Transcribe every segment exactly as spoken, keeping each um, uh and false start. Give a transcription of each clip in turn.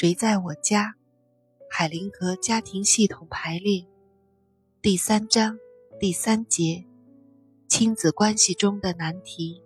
谁在我家？海灵格家庭系统排列第三章第三节，亲子关系中的难题。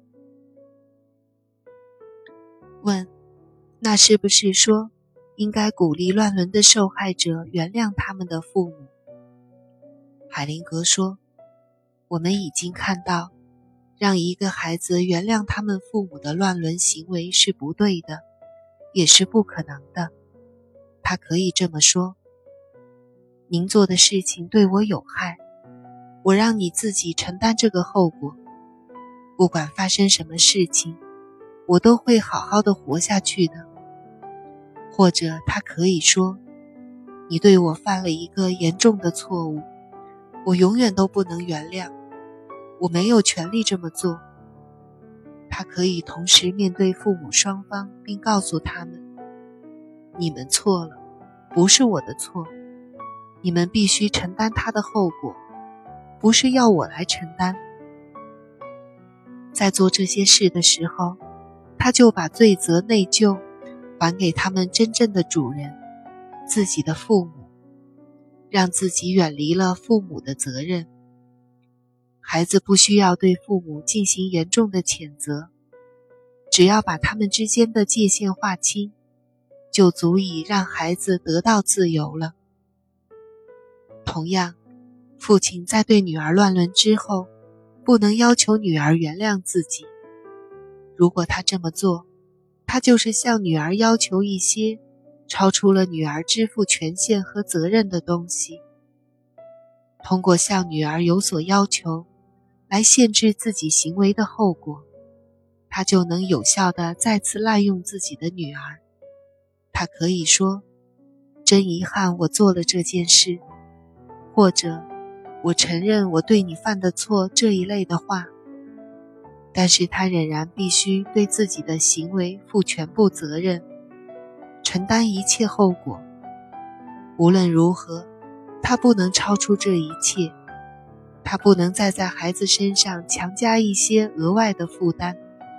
问：那是不是说应该鼓励乱伦的受害者原谅他们的父母？海灵格说，我们已经看到，让一个孩子原谅他们父母的乱伦行为是不对的，也是不可能的。他可以这么说：您做的事情对我有害，我让你自己承担这个后果。不管发生什么事情，我都会好好的活下去的。或者他可以说：你对我犯了一个严重的错误，我永远都不能原谅，我没有权利这么做。他可以同时面对父母双方，并告诉他们：你们错了，不是我的错，你们必须承担他的后果，不是要我来承担。在做这些事的时候，他就把罪责内疚还给他们真正的主人，自己的父母，让自己远离了父母的责任。孩子不需要对父母进行严重的谴责，只要把他们之间的界限划清，就足以让孩子得到自由了。同样，父亲在对女儿乱伦之后，不能要求女儿原谅自己。如果他这么做，他就是向女儿要求一些超出了女儿支付权限和责任的东西。通过向女儿有所要求，来限制自己行为的后果，他就能有效地再次滥用自己的女儿。他可以说：真遗憾我做了这件事，或者我承认我对你犯的错这一类的话。但是他仍然必须对自己的行为负全部责任，承担一切后果。无论如何，他不能超出这一切，他不能再在孩子身上强加一些额外的负担。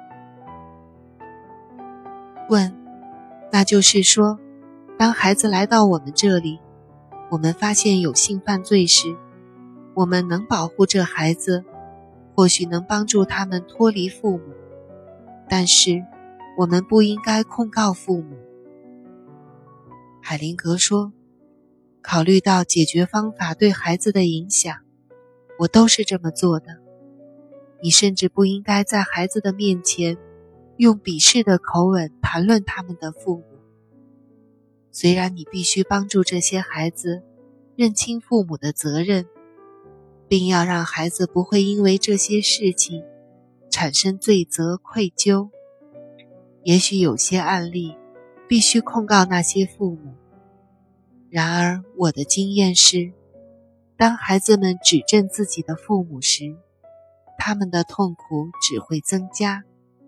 问：那就是说，当孩子来到我们这里，我们发现有性犯罪时，我们能保护这孩子，或许能帮助他们脱离父母，但是我们不应该控告父母。海灵格说，考虑到解决方法对孩子的影响，我都是这么做的。你甚至不应该在孩子的面前用鄙视的口吻谈论他们的父母。虽然你必须帮助这些孩子认清父母的责任，并要让孩子不会因为这些事情产生罪责愧疚。也许有些案例必须控告那些父母，然而我的经验是，当孩子们指正自己的父母时，他们的痛苦只会增加。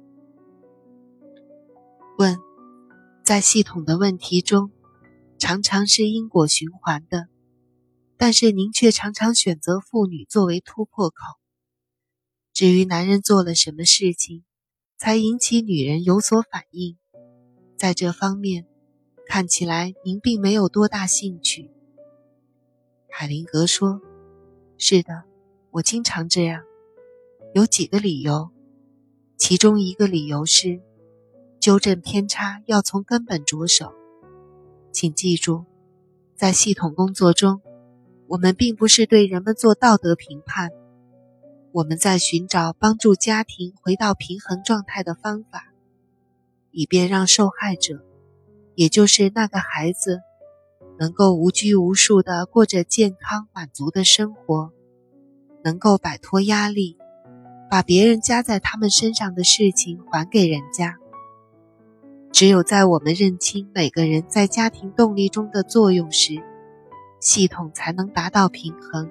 问：在系统的问题中，常常是因果循环的，但是您却常常选择妇女作为突破口。至于男人做了什么事情才引起女人有所反应，在这方面看起来您并没有多大兴趣。海灵格说，是的，我经常这样，有几个理由，其中一个理由是纠正偏差要从根本着手。请记住，在系统工作中，我们并不是对人们做道德评判，我们在寻找帮助家庭回到平衡状态的方法，以便让受害者，也就是那个孩子，能够无拘无束地过着健康满足的生活，能够摆脱压力，把别人加在他们身上的事情还给人家。只有在我们认清每个人在家庭动力中的作用时，系统才能达到平衡。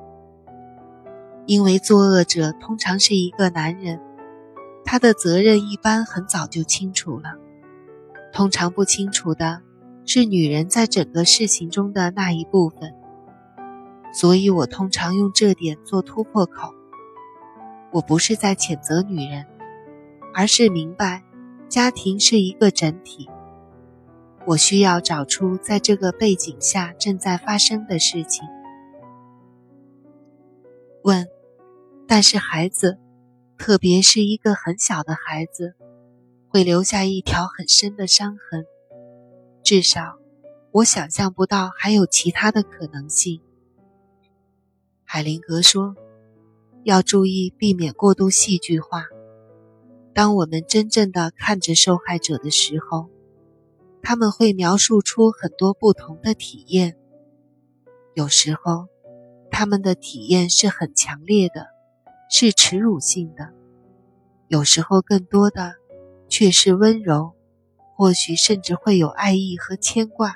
因为作恶者通常是一个男人，他的责任一般很早就清楚了，通常不清楚的是女人在整个事情中的那一部分。所以我通常用这点做突破口。我不是在谴责女人，而是明白家庭是一个整体。 我需要找出在这个背景下正在发生的事情。问，但是孩子，特别是一个很小的孩子，会留下一条很深的伤痕，至少我想象不到还有其他的可能性。海灵格说，要注意避免过度戏剧化。当我们真正的看着受害者的时候，他们会描述出很多不同的体验。有时候，他们的体验是很强烈的，是耻辱性的；有时候更多的却是温柔，或许甚至会有爱意和牵挂。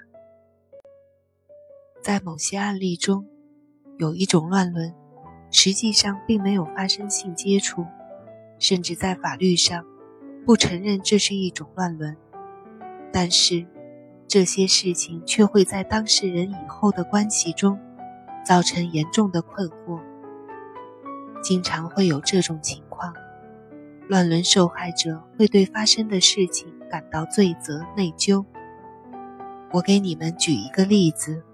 在某些案例中，有一种乱伦，实际上并没有发生性接触，甚至在法律上不承认这是一种乱伦，但是这些事情却会在当事人以后的关系中造成严重的困惑。经常会有这种情况，乱伦受害者会对发生的事情感到罪责内疚。我给你们举一个例子。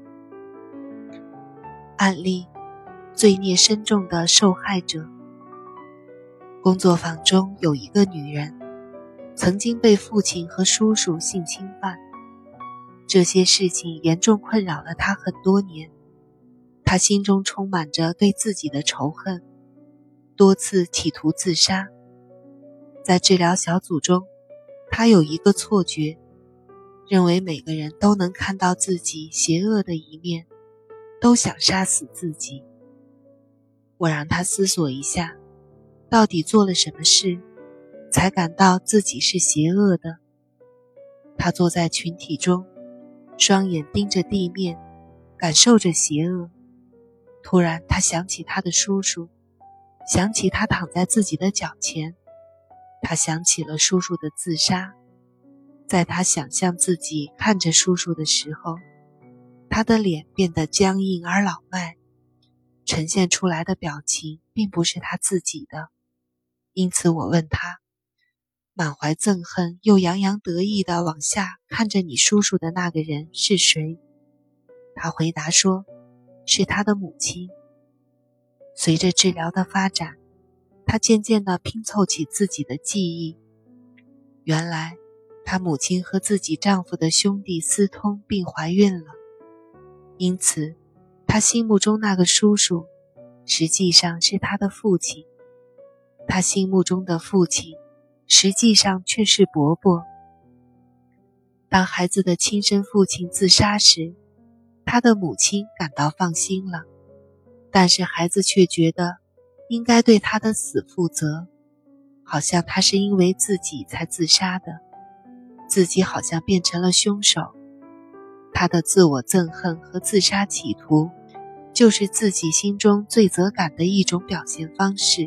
案例，罪孽深重的受害者。工作坊中有一个女人，曾经被父亲和叔叔性侵犯，这些事情严重困扰了她很多年。她心中充满着对自己的仇恨，多次企图自杀。在治疗小组中，她有一个错觉，认为每个人都能看到自己邪恶的一面，都想杀死自己。我让她思索一下，到底做了什么事，才感到自己是邪恶的。她坐在群体中，双眼盯着地面，感受着邪恶。突然她想起她的叔叔，想起他躺在自己的脚前，她想起了叔叔的自杀。在她想象自己看着叔叔的时候，她的脸变得僵硬而老迈，呈现出来的表情并不是她自己的。因此我问她，满怀憎恨又洋洋得意地往下看着你叔叔的那个人是谁？她回答说，是他的母亲。随着治疗的发展，她渐渐地拼凑起自己的记忆。原来，她母亲和自己丈夫的兄弟私通并怀孕了，因此，她心目中那个叔叔，实际上是她的父亲。她心目中的父亲，实际上却是伯伯。当孩子的亲生父亲自杀时，他的母亲感到放心了，但是孩子却觉得应该对他的死负责，好像他是因为自己才自杀的，自己好像变成了凶手。他的自我憎恨和自杀企图，就是自己心中罪责感的一种表现方式。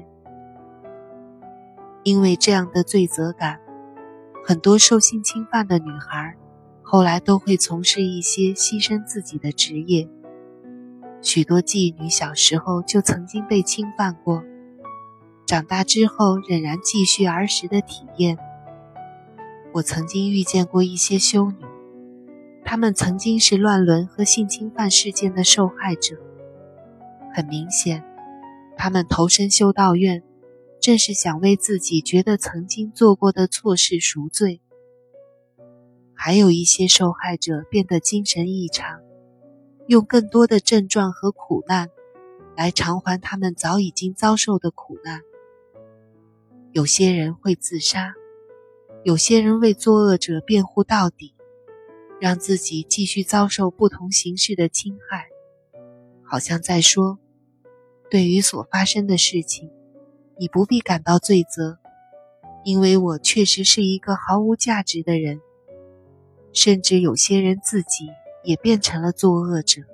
因为这样的罪责感，很多受性侵犯的女孩后来都会从事一些牺牲自己的职业。许多妓女小时候就曾经被侵犯过，长大之后仍然继续儿时的体验。我曾经遇见过一些修女，她们曾经是乱伦和性侵犯事件的受害者。很明显，她们投身修道院，正是想为自己觉得曾经做过的错事赎罪。还有一些受害者变得精神异常，用更多的症状和苦难来偿还他们早已经遭受的苦难。有些人会自杀，有些人为作恶者辩护到底，让自己继续遭受不同形式的侵害，好像在说，对于所发生的事情，你不必感到罪责，因为我确实是一个毫无价值的人。甚至有些人自己也变成了作恶者。